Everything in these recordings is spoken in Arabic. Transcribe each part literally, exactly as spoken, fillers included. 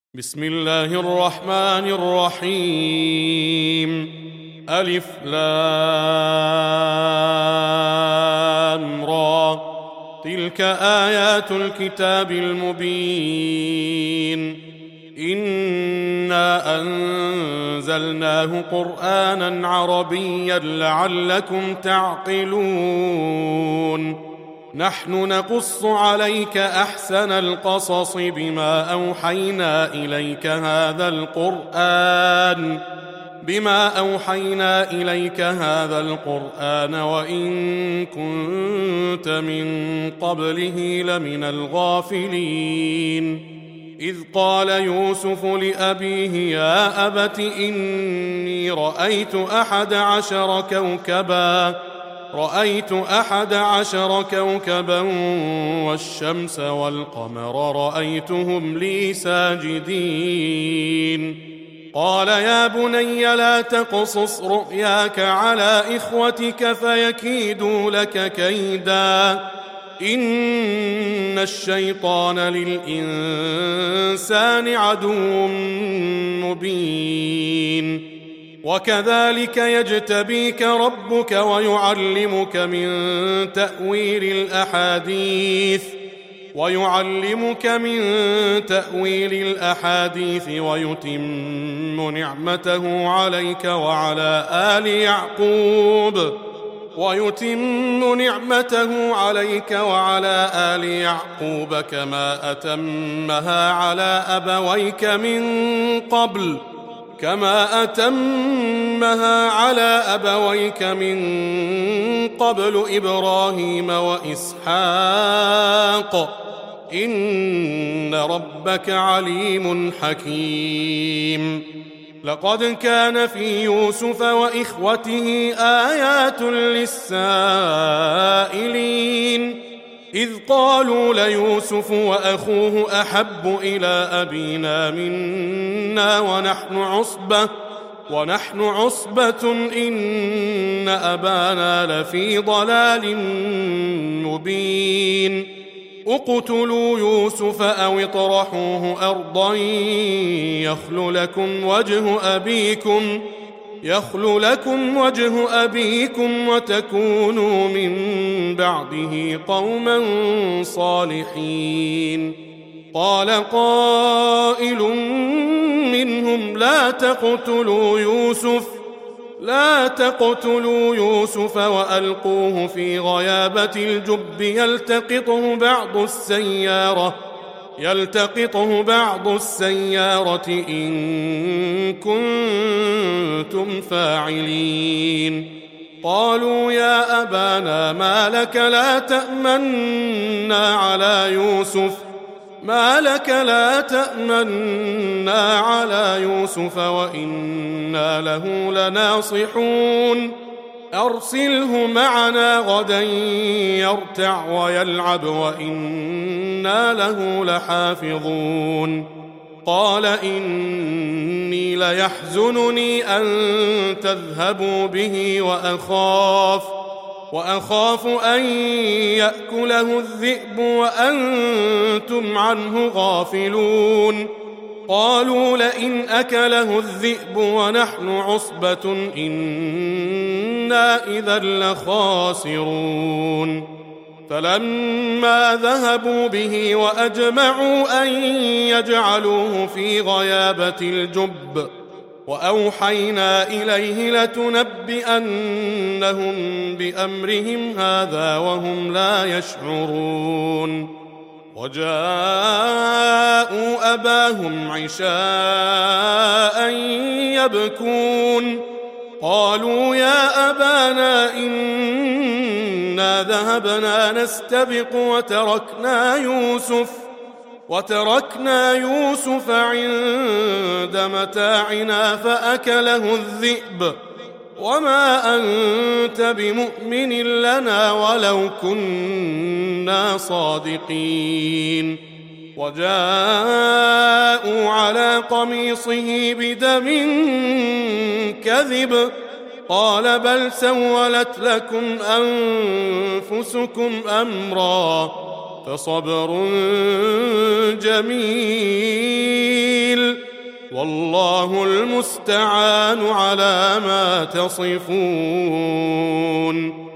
بسم الله الرحمن الرحيم. ألف لام را، تلك آيات الكتاب المبين. إنا أنزلناه قرآنا عربيا لعلكم تعقلون. نحن نقص عليك أحسن القصص بما أوحينا إليك هذا القرآن بما أوحينا إليك هذا القرآن وإن كنت من قبله لمن الغافلين. إذ قال يوسف لأبيه يا أبت إني رأيت أحد عشر كوكبا رأيت أحد عشر كوكبا والشمس والقمر رأيتهم لي ساجدين. قال يا بني لا تقصص رؤياك على إخوتك فيكيدوا لك كيدا إن الشيطان للإنسان عدو مبين. وكذلك يجتبيك ربك ويعلمك من تأويل الأحاديث ويعلمك من تأويل الأحاديث ويتم نعمته عليك وعلى آل يعقوب ويتم نعمته عليك وعلى آل يعقوب كما أتمها على أبويك من قبل كما أتمها على أبويك من قبل إبراهيم وإسحاق إن ربك عليم حكيم. لقد كان في يوسف وإخوته آيات للسائلين إذ قالوا ليوسف وأخوه أحب إلى أبينا منا ونحن عصبة ونحن عصبة إن أبانا لفي ضلال مبين. اقتلوا يوسف أو اطرحوه أرضا يخل لكم وجه أبيكم يخل لكم وجه أبيكم وتكونوا من بعده قوما صالحين. قال قائل منهم لا تقتلوا يوسف لا تقتلوا يوسف وألقوه في غيابة الجب يلتقطه بعض السيارة يلتقطه بعض السيارة إن كنتم فاعلين. قالوا يا أبانا ما لك لا تأمنا على يوسف ما لك لا تأمنا على يوسف وإنا له لناصحون. أرسله معنا غدا يرتع ويلعب وإنا له لحافظون. قال إني ليحزنني أن تذهبوا به وأخاف وأخاف أن يأكله الذئب وأنتم عنه غافلون. قالوا لئن أكله الذئب ونحن عصبة إنا إذا لخاسرون. فلما ذهبوا به وأجمعوا أن يجعلوه في غيابة الجب وأوحينا إليه لتنبئنهم بأمرهم هذا وهم لا يشعرون. وجاءوا أباهم عشاء يبكون. قالوا يا أبانا إنا ذهبنا نستبق وتركنا يوسف وتركنا يوسف عند متاعنا فأكله الذئب وما أنت بمؤمن لنا ولو كنا صادقين. وجاءوا على قميصه بدم كذب قال بل سولت لكم أنفسكم أمرا فصبر جميل والله المستعان على ما تصفون.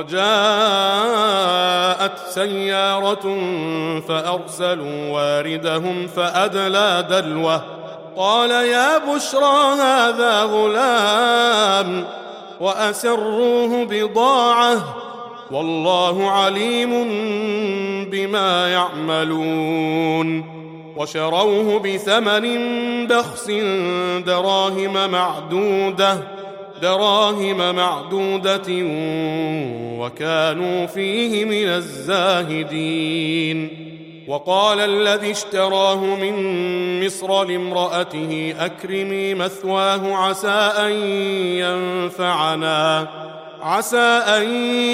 وجاءت سيارة فأرسلوا واردهم فأدلى دلوه قال يا بشرى هذا غلام وأسروه بضاعة والله عليم بما يعملون. وشروه بثمن بخس دراهم معدودة دراهم معدودة وكانوا فيه من الزاهدين. وقال الذي اشتراه من مصر لامرأته أكرمي مثواه عسى أن ينفعنا عسى أن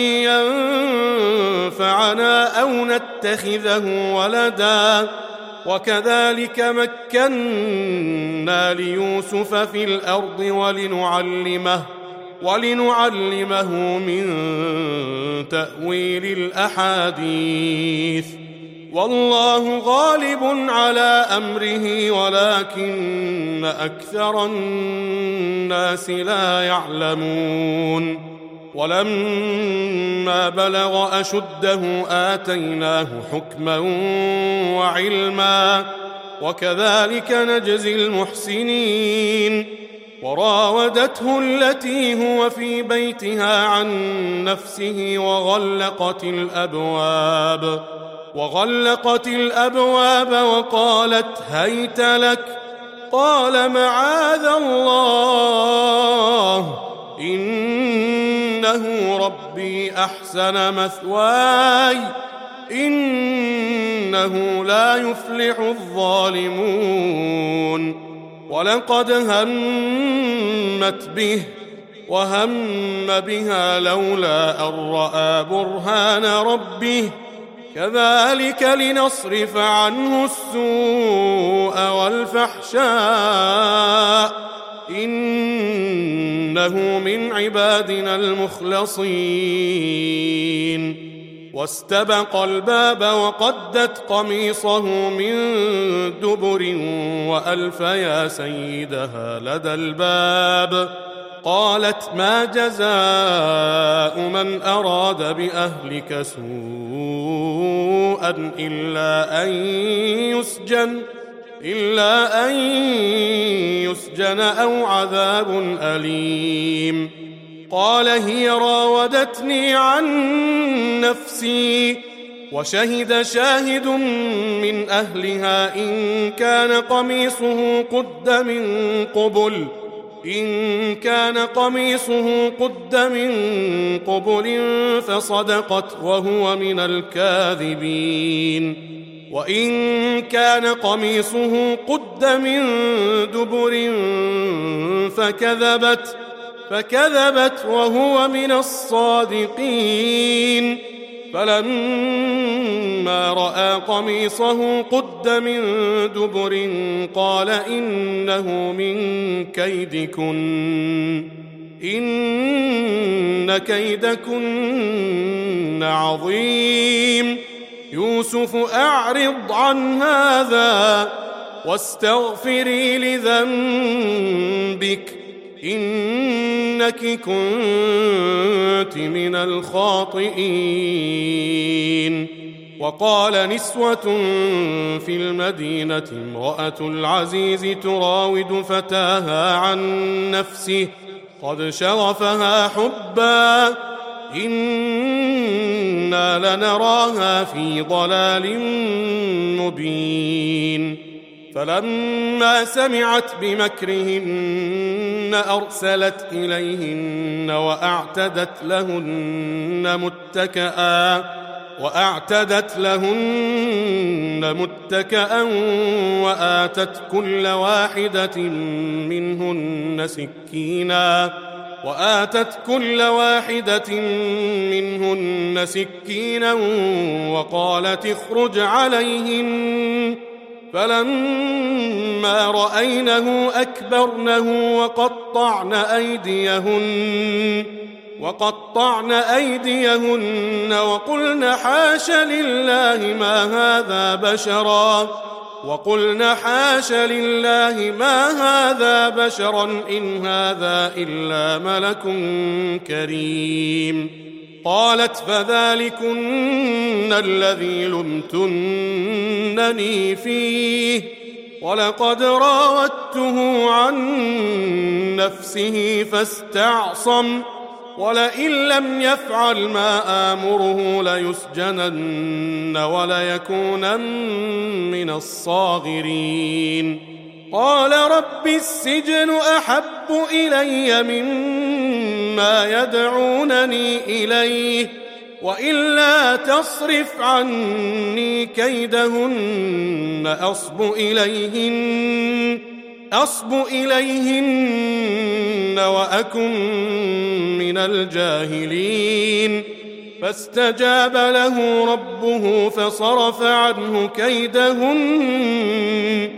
ينفعنا أو نتخذه ولدا وكذلك مكنا ليوسف في الأرض ولنعلمه ولنعلمه من تأويل الأحاديث والله غالب على أمره ولكن أكثر الناس لا يعلمون. ولما بلغ أشده آتيناه حكما وعلما وكذلك نجزي المحسنين. وراودته التي هو في بيتها عن نفسه وغلقت الأبواب وغلقت الأبواب وقالت هيت لك قال معاذ الله إنه ربي أحسن مثواي إنه لا يفلح الظالمون. ولقد همت به وهم بها لولا أن رأى برهان ربه كذلك لنصرف عنه السوء والفحشاء إنه من عبادنا المخلصين. واستبق الباب وقدت قميصه من دبر وألف يا سيدها لدى الباب قالت ما جزاء من أراد بأهلك سوءا إلا أن يسجن إلا أن يسجن أو عذاب أليم. قال هي راودتني عن نفسي وشهد شاهد من أهلها إن كان قميصه قد من قبل إن كان قميصه قد من قبل فصدقت وهو من الكاذبين وإن كان قميصه قد من دبر فكذبت فكذبت وهو من الصادقين. فلما رأى قميصه قد من دبر قال إنه من كيدكن إن كيدكن عظيم. يوسف أعرض عن هذا واستغفري لذنبك إنك كنت من الخاطئين. وقال نسوة في المدينة امرأة العزيز تراود فتاها عن نفسه قد شغفها حبا إنا لنراها في ضلال مبين. فلما سمعت بمكرهن أرسلت إليهن وأعتدت لهن متكئا وأعتدت لهن متكئا وآتت كل واحدة منهن سكينا وآتت كل واحدة منهن سكينا وقالت اخرج عليهن. فلما رأينه أكبرنه وقطعن أيديهن وقطعن أيديهن وقلن حاش لله ما هذا بشرا وقلن حاش لله ما هذا بشرا إن هذا إلا ملك كريم. قالت فذلكن الذي لمتنني فيه ولقد راودته عن نفسه فاستعصم ولئن لم يفعل ما آمره ليسجنن وليكونن من الصاغرين. قال رب السجن أحب إلي مما يدعونني إليه وإلا تصرف عني كيدهن أصب إليهن أصب إليهن وأكن من الجاهلين. فاستجاب له ربه فصرف عنه كيدهن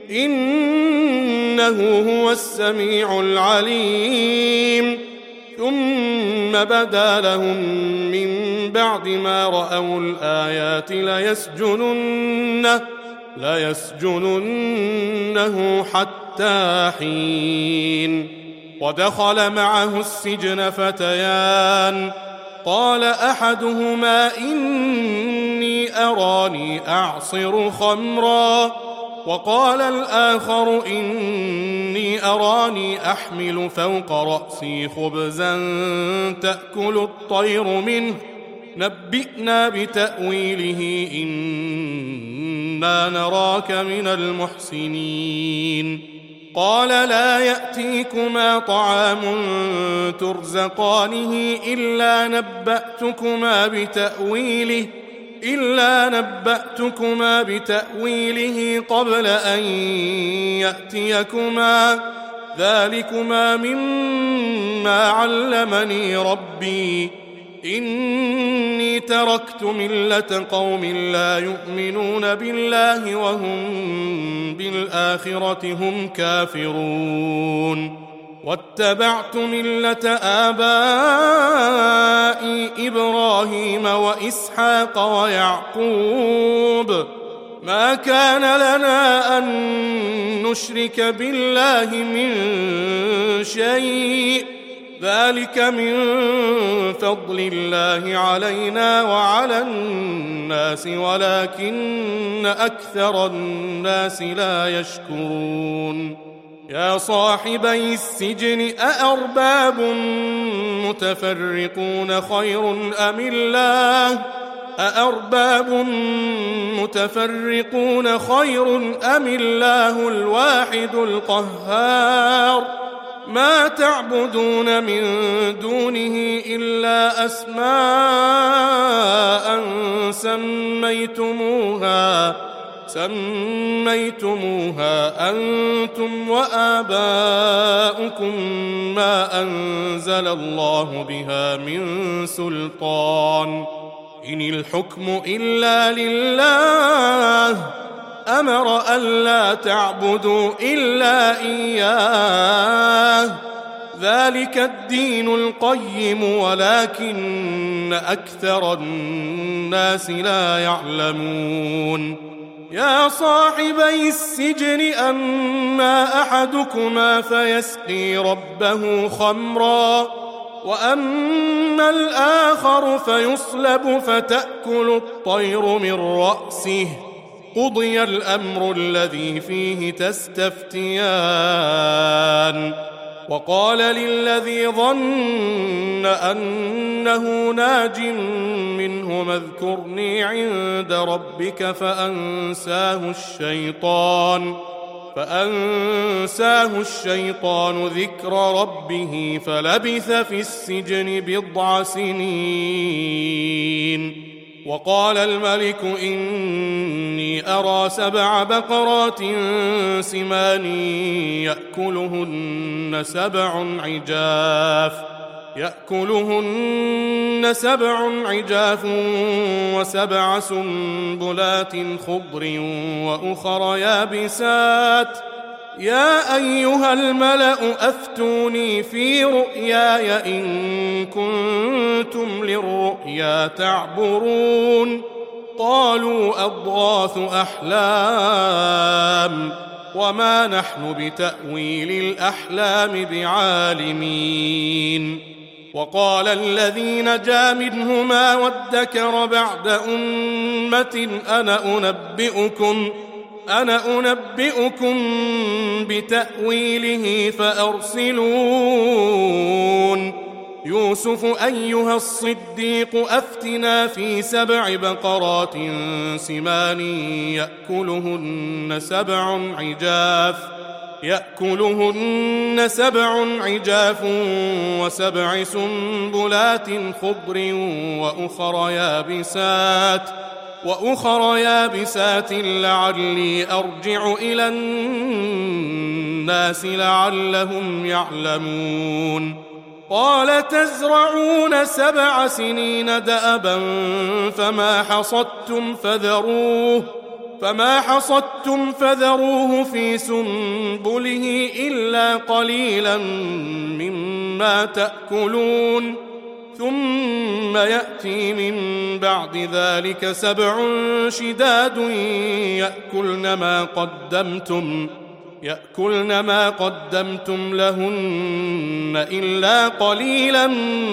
إنه هو السميع العليم. ثم بدا لهم من بعد ما رأوا الآيات ليسجننه, ليسجننه حتى حين. ودخل معه السجن فتيان قال أحدهما إني أراني أعصر خمرا وقال الآخر إني أراني أحمل فوق رأسي خبزا تأكل الطير منه نبئنا بتأويله إنا نراك من المحسنين. قال لا يأتيكما طعام ترزقانه إلا نبأتكما بتأويله إلا نبأتكما بتأويله قبل أن يأتيكما ذلكما مما علمني ربي إني تركت ملة قوم لا يؤمنون بالله وهم بالآخرة هم كافرون واتبعت ملة آبائي إبراهيم وإسحاق ويعقوب ما كان لنا أن نشرك بالله من شيء ذلك من فضل الله علينا وعلى الناس ولكن أكثر الناس لا يشكرون. يا صاحبي السجن أأرباب متفرقون خير أم الله أأرباب متفرقون خير أم الله الواحد القهار ما تعبدون من دونه إلا أسماء سميتموها سميتموها أنتم وآباؤكم ما أنزل الله بها من سلطان إن الحكم إلا لله أمر ألا تعبدوا إلا إياه ذلك الدين القيم ولكن أكثر الناس لا يعلمون. يا صاحبي السجن أما أحدكما فيسقي ربه خمرا وأما الآخر فيصلب فتأكل الطير من رأسه قضي الأمر الذي فيه تستفتيان. وقال للذي ظن أنه ناج منهما اذكرني عند ربك فأنساه الشيطان فأنساه الشيطان ذكر ربه فلبث في السجن بضع سنين. وقال الملك إني أرى سبع بقرات سمان يأكلهن سبع عجاف يأكلهن سبع عجاف وسبع سنبلات خضر وأخر يابسات يا أيها الملأ أفتوني في رؤياي إن كنتم للرؤيا تعبرون. قالوا أضغاث أحلام وما نحن بتأويل الأحلام بعالمين. وقال الذي نجا منهما وادكر بعد أمة أنا أنبئكم أنا أنبئكم بتأويله فأرسلون. يوسف أيها الصديق أفتنا في سبع بقرات سمان يأكلهن سبع عجاف يأكلهن سبع عجاف وسبع سنبلات خضر وأخر يابسات وأخر يابسات لعلي أرجع إلى الناس لعلهم يعلمون. قال تزرعون سبع سنين دأبا فما حصدتم فذروه فما حصدتم فذروه في سنبله إلا قليلا مما تأكلون. ثم يأتي من بعد ذلك سبع شداد يأكلن ما قدمتم يأكلن ما قدمتم لهن إلا قليلا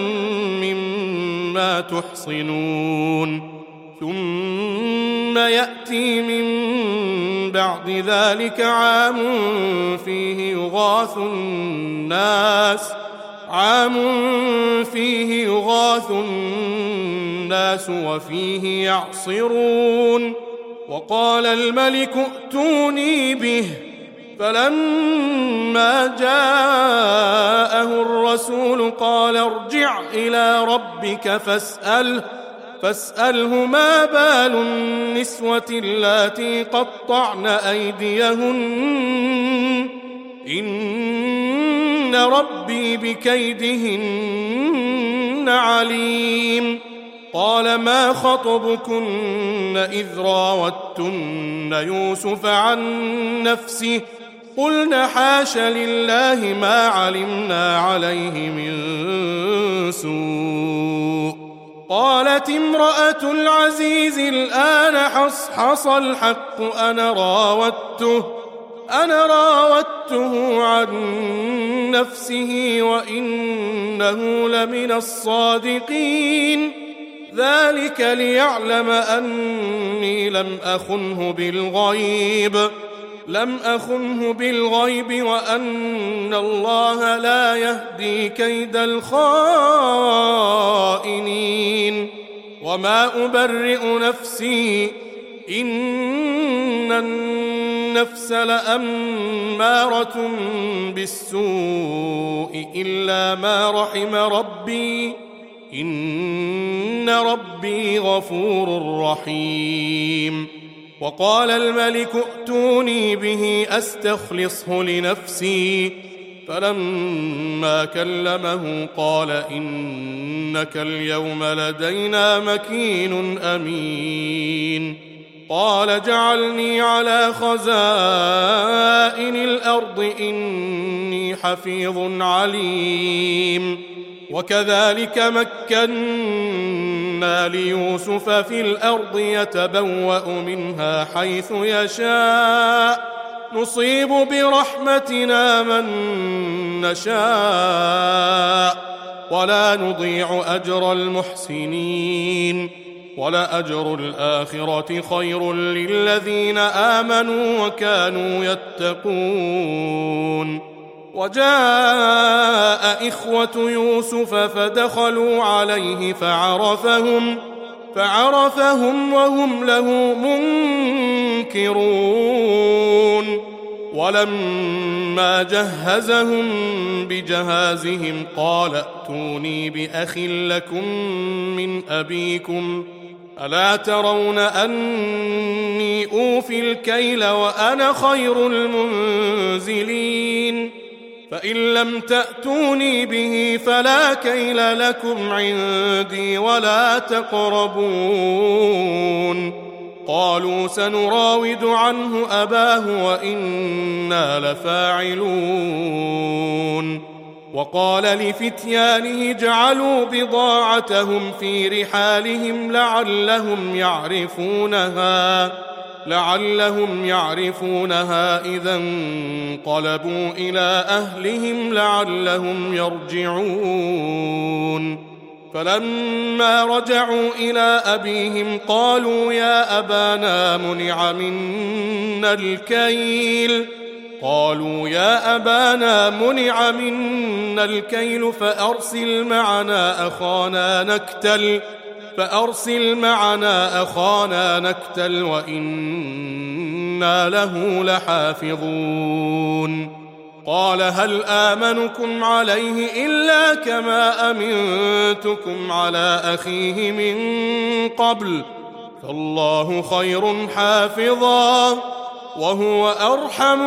مما تحصنون. ثم يأتي من بعد ذلك عام فيه يغاث الناس عام فيه يغاث الناس وفيه يعصرون. وقال الملك ائتوني به فلما جاءه الرسول قال ارجع إلى ربك فاسأله فاسأله ما بال النسوة اللاتي قطعن أيديهن إن ربي بكيدهن عليم. قال ما خطبكن إذ راوتن يوسف عن نفسه قلنا حاش لله ما علمنا عليه من سوء. قالت امرأة العزيز الآن حصحص الحق أنا راودته أنا راودته عن نفسه وإنه لمن الصادقين. ذلك ليعلم أني لم أخنه بالغيب لم أخنه بالغيب وأن الله لا يهدي كيد الخائنين. وما أبرئ نفسي إن النفس لأمارة بالسوء إلا ما رحم ربي إن ربي غفور رحيم. وقال الملك ائتوني به أستخلصه لنفسي فلما كلمه قال إنك اليوم لدينا مكين أمين. قال جعلني على خزائن الأرض إني حفيظ عليم. وكذلك مكنا ليوسف في الأرض يتبوأ منها حيث يشاء نصيب برحمتنا من نشاء ولا نضيع أجر المحسنين. ولأجر الآخرة خير للذين آمنوا وكانوا يتقون. وجاء إخوة يوسف فدخلوا عليه فعرفهم فعرفهم وهم له منكرون. ولما جهزهم بجهازهم قال ائتوني بأخ لكم من أبيكم ألا ترون أني أوفي الكيل وأنا خير المنزلين. فإن لم تأتوني به فلا كيل لكم عندي ولا تقربون. قالوا سنراود عنه أباه وإنا لفاعلون. وقال لفتيانه اجعلوا بضاعتهم في رحالهم لعلهم يعرفونها لعلهم يعرفونها إذا انقلبوا إلى أهلهم لعلهم يرجعون. فلما رجعوا إلى أبيهم قالوا يا أبانا منع منا الكيل قالوا يا أبانا منع منا الكيل فأرسل معنا أخانا نكتل فأرسل معنا أخانا نكتل وإنا له لحافظون. قال هل آمنكم عليه إلا كما أمنتكم على أخيه من قبل فالله خير حافظا وهو أرحم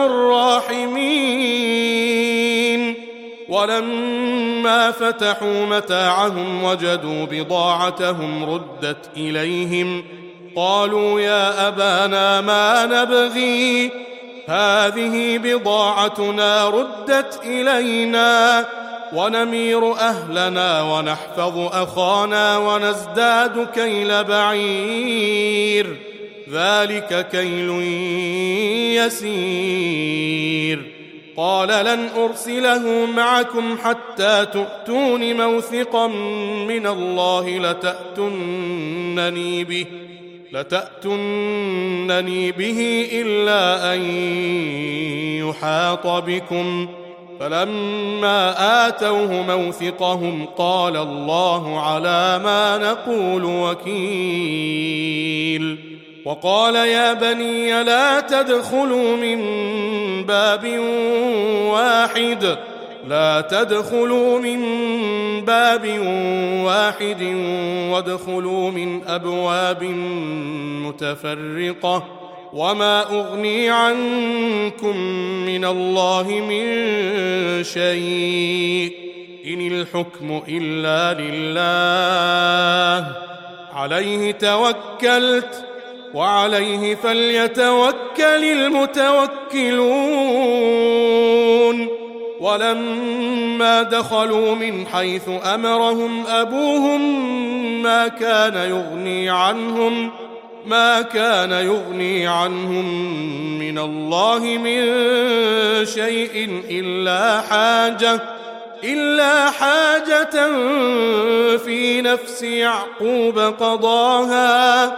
الراحمين. ولما فتحوا متاعهم وجدوا بضاعتهم ردت إليهم قالوا يا أبانا ما نبغي هذه بضاعتنا ردت إلينا ونمير أهلنا ونحفظ أخانا ونزداد كيل بعير ذلك كيل يسير. قال لن أرسله معكم حتى تؤتون موثقا من الله لتأتونني به لتأتونني به إلا أن يحاط بكم. فلما آتوه موثقهم قال الله على ما نقول وكيل. وقال يا بني لا تدخلوا من باب واحد لا تدخلوا من باب واحد وادخلوا من أبواب متفرقة وما أغني عنكم من الله من شيء إن الحكم إلا لله عليه توكلت وعليه فليتوكل المتوكلون. ولما دخلوا من حيث أمرهم أبوهم ما كان يغني عنهم ما كان يغني عنهم من الله من شيء إلا حاجة إلا حاجة في نفس يعقوب قضاها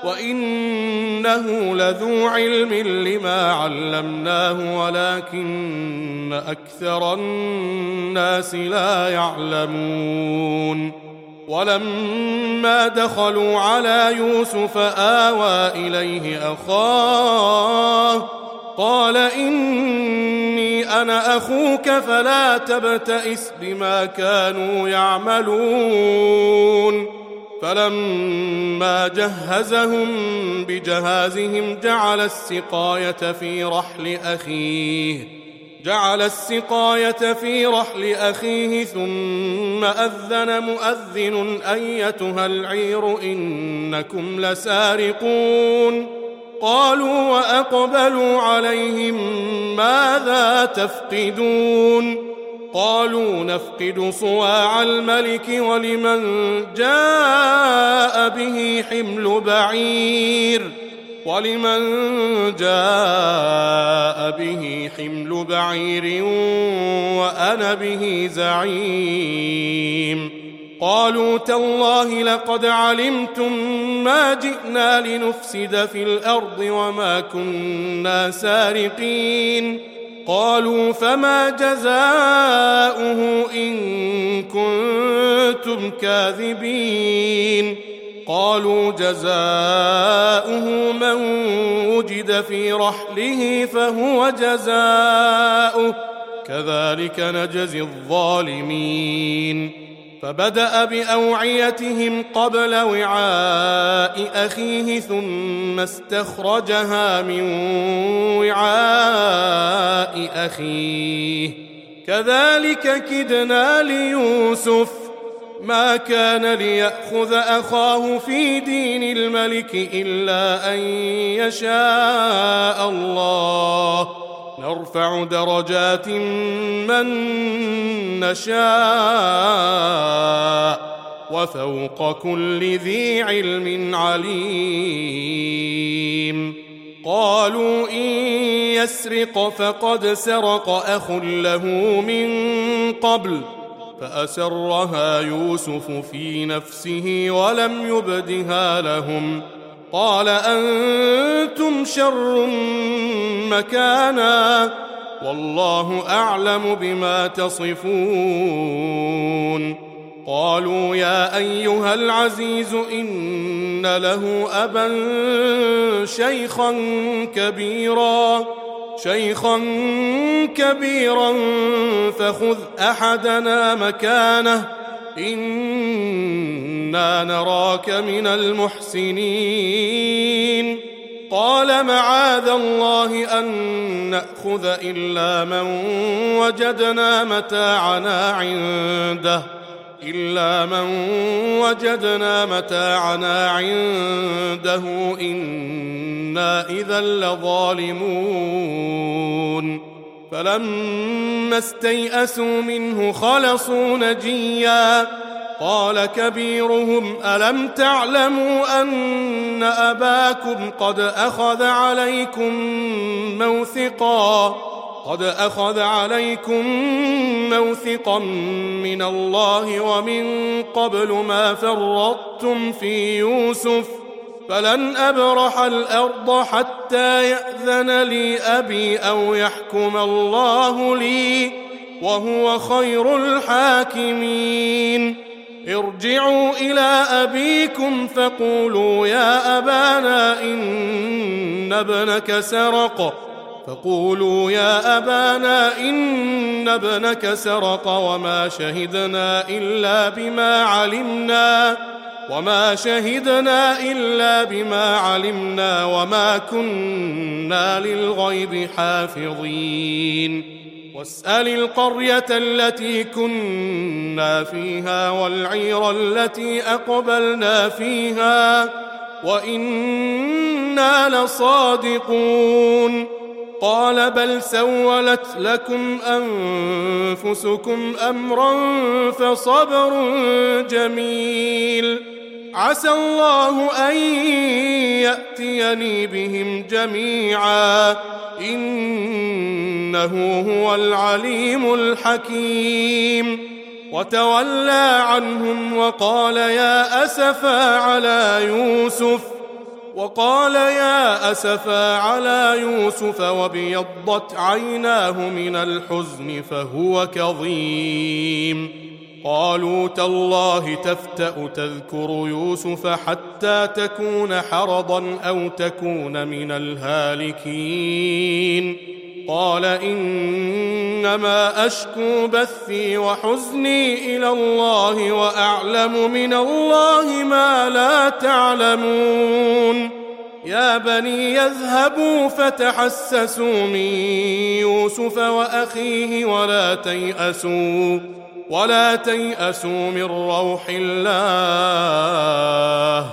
وإنه لذو علم لما علمناه ولكن أكثر الناس لا يعلمون. ولما دخلوا على يوسف آوى إليه أخاه قال إني أنا أخوك فلا تبتئس بما كانوا يعملون. فلما جهزهم بجهازهم جعل السقاية في رحل أخيه جعل السقاية في رحل أخيه ثم أذن مؤذن أيتها العير إنكم لسارقون. قالوا وأقبلوا عليهم ماذا تفقدون قالوا نفقد صواع الملك ولمن جاء به حمل بعير ولمن جاء به حمل بعير وأنا به زعيم. قالوا تالله لقد علمتم ما جئنا لنفسد في الأرض وما كنا سارقين. قالوا فما جزاؤه إن كنتم كاذبين. قالوا جزاؤه من وجد في رحله فهو جزاؤه كذلك نجزي الظالمين. فبدأ بأوعيتهم قبل وعاء أخيه ثم استخرجها من وعاء أخيه كذلك كدنا ليوسف ما كان ليأخذ أخاه في دين الملك إلا أن يشاء الله نرفع درجات من نشاء وفوق كل ذي علم عليم. قالوا إن يسرق فقد سرق أخ له من قبل فأسرها يوسف في نفسه ولم يبدها لهم. قال أنتم شر مكانا والله أعلم بما تصفون. قالوا يا أيها العزيز إن له أبا شيخا كبيرا شيخا كبيرا فخذ أحدنا مكانه إنا نراك من المحسنين. قال معاذ الله أن نأخذ إلا من وجدنا متاعنا عنده إلا من وجدنا متاعنا عنده إنا إذا لظالمون. فلما استيئسوا منه خلصوا نجيا. قال كبيرهم ألم تعلموا أن أباكم قد أخذ عليكم موثقا قد أخذ عليكم موثقا من الله ومن قبل ما فرطتم في يوسف فلن أبرح الأرض حتى يأذن لي أبي أو يحكم الله لي وهو خير الحاكمين. ارجعوا إلى أبيكم فقولوا يا أبانا إن ابنك سرق فقولوا يا أبانا إن ابنك سرق وما شهدنا إلا بما علمنا وما شهدنا إلا بما علمنا وما كنا للغيب حافظين. واسأل القرية التي كنا فيها والعير التي أقبلنا فيها وإنا لصادقون. قال بل سولت لكم أنفسكم أمرا فصبر جميل عسى الله أن يأتيني بهم جميعا إنه هو العليم الحكيم. وتولى عنهم وقال يا أسفا على يوسف وقال يا أسفا على يوسف وابيضت عيناه من الحزن فهو كظيم. قالوا تالله تفتأ تذكر يوسف حتى تكون حرضا أو تكون من الهالكين. قال إنما أشكو بثي وحزني إلى الله وأعلم من الله ما لا تعلمون. يا بني يذهبوا فتحسسوا من يوسف وأخيه ولا تيأسوا ولا تيأسوا من روح الله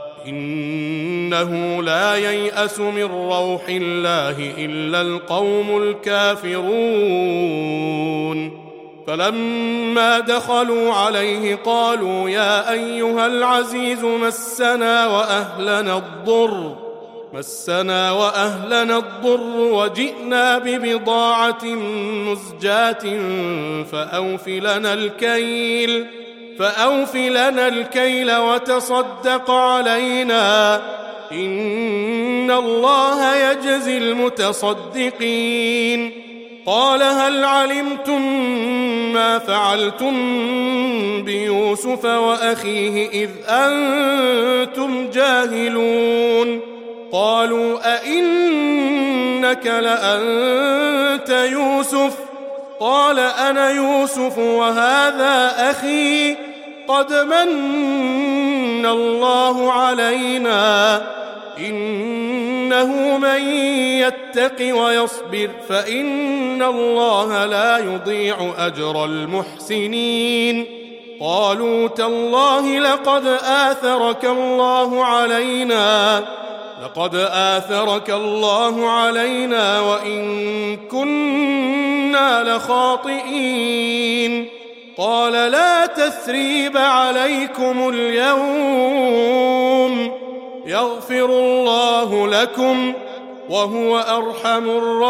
إنه لا ييأس من روح الله إلا القوم الكافرون. فلما دخلوا عليه قالوا يا أيها العزيز مسنا وأهلنا الضر مسنا وأهلنا الضر وجئنا ببضاعة مزجاة فأوف لنا الكيل فأوف لنا الكيل وتصدق علينا إن الله يجزي المتصدقين. قال هل علمتم ما فعلتم بيوسف وأخيه إذ أنتم جاهلون. قالوا أئنك لأنت يوسف قال أنا يوسف وهذا أخي قد من الله علينا إنه من يتق ويصبر فإن الله لا يضيع أجر المحسنين. قالوا تالله لقد آثرك الله علينا لقد آثرك الله علينا وإن كنا لخاطئين قال لا تثريب عليكم اليوم يغفر الله لكم وهو أرحم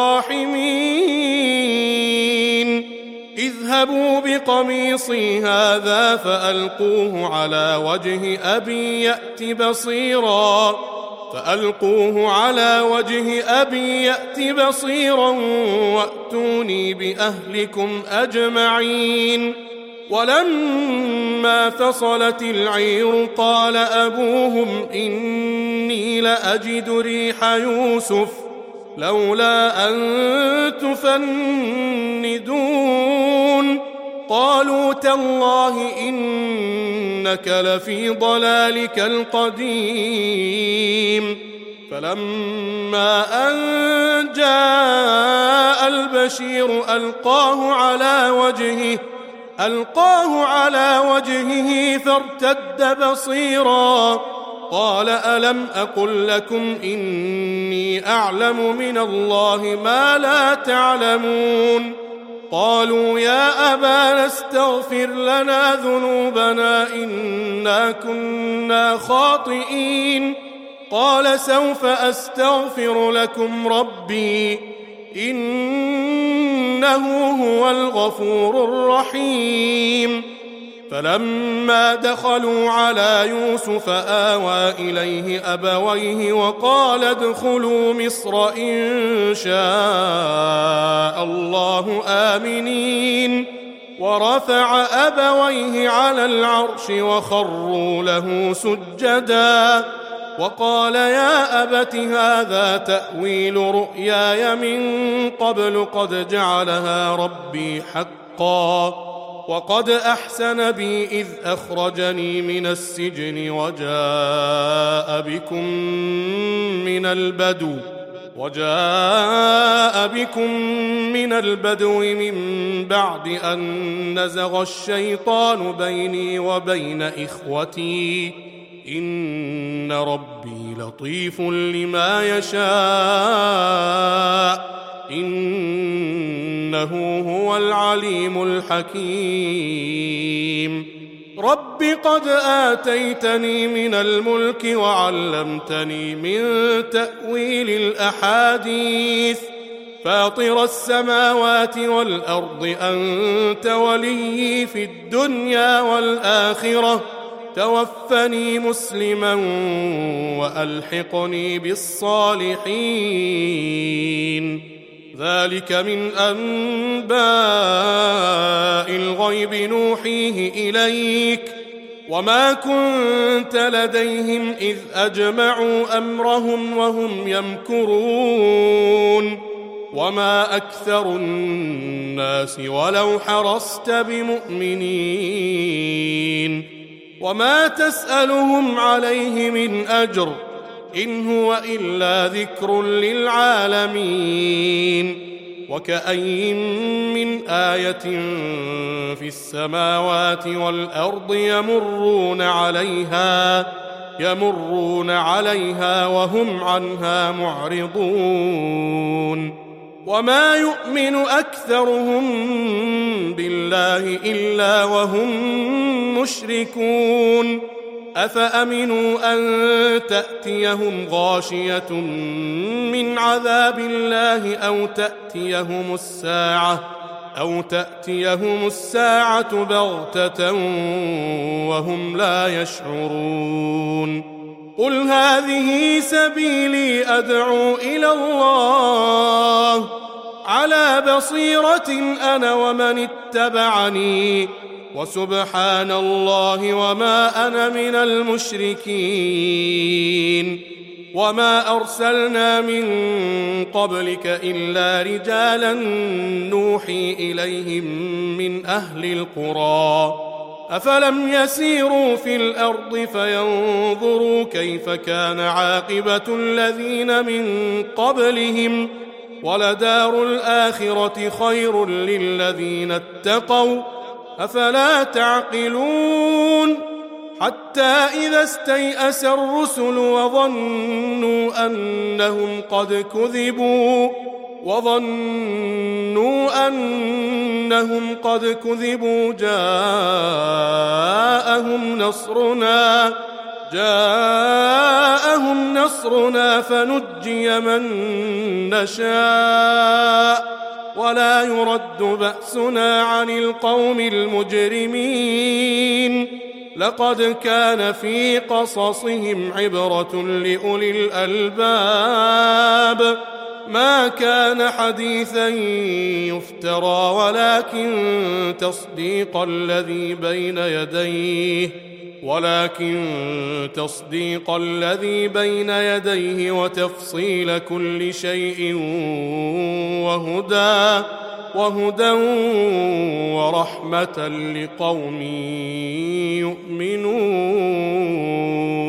الراحمين اذهبوا بقميصي هذا فألقوه على وجه أبي يأت بصيرا فألقوه على وجه أبي يأت بصيرا وأتوني بأهلكم أجمعين ولما فصلت العير قال أبوهم إني لأجد ريح يوسف لولا أن تفندون قالوا تالله إنك لفي ضلالك القديم فلما أن جاء البشير ألقاه على وجهه ألقاه على وجهه فارتد بصيرا قال ألم أقل لكم إني أعلم من الله ما لا تعلمون قالوا يا أبانا استغفر لنا ذنوبنا إنا كنا خاطئين قال سوف أستغفر لكم ربي إنه هو الغفور الرحيم فلما دخلوا على يوسف آوى إليه أبويه وقال ادخلوا مصر إن شاء الله آمنين ورفع أبويه على العرش وخروا له سجدا وقال يا أبت هذا تأويل رؤياي من قبل قد جعلها ربي حقا وقد أحسن بي إذ أخرجني من السجن وجاء بكم من البدو وجاء بكم من البدو من بعد أن نزغ الشيطان بيني وبين إخوتي إن ربي لطيف لما يشاء إنه هو العليم الحكيم رب قد آتيتني من الملك وعلمتني من تأويل الأحاديث فاطر السماوات والأرض أنت وليي في الدنيا والآخرة توفني مسلما وألحقني بالصالحين ذلك من أنباء الغيب نوحيه إليك وما كنت لديهم إذ أجمعوا أمرهم وهم يمكرون وما أكثر الناس ولو حرصت بمؤمنين وما تسألهم عليه من أجر إن هو إلا ذكر للعالمين وكأين من آية في السماوات والأرض يمرون عليها يمرون عليها وهم عنها معرضون وما يؤمن أكثرهم بالله إلا وهم مشركون أفأمنوا أن تأتيهم غاشية من عذاب الله أو تأتيهم الساعة أو تأتيهم الساعة بغتة وهم لا يشعرون قل هذه سبيلي أدعو إلى الله على بصيرة أنا ومن اتبعني وسبحان الله وما أنا من المشركين وما أرسلنا من قبلك إلا رجالا نوحي إليهم من أهل القرى أفلم يسيروا في الأرض فينظروا كيف كان عاقبة الذين من قبلهم ولدار الآخرة خير للذين اتقوا أفلا تعقلون حتى إذا استيأس الرسل وظنوا أنهم قد كذبوا وظنوا أنهم قد كذبوا جاءهم نصرنا جاءهم نصرنا فنجي من نشاء ولا يرد بأسنا عن القوم المجرمين. لقد كان في قصصهم عبرة لأولي الألباب ما كان حديثا يفترى ولكن تصديق الذي بين يديه ولكن تصديق الذي بين يديه وتفصيل كل شيء وهدى وهدى ورحمة لقوم يؤمنون.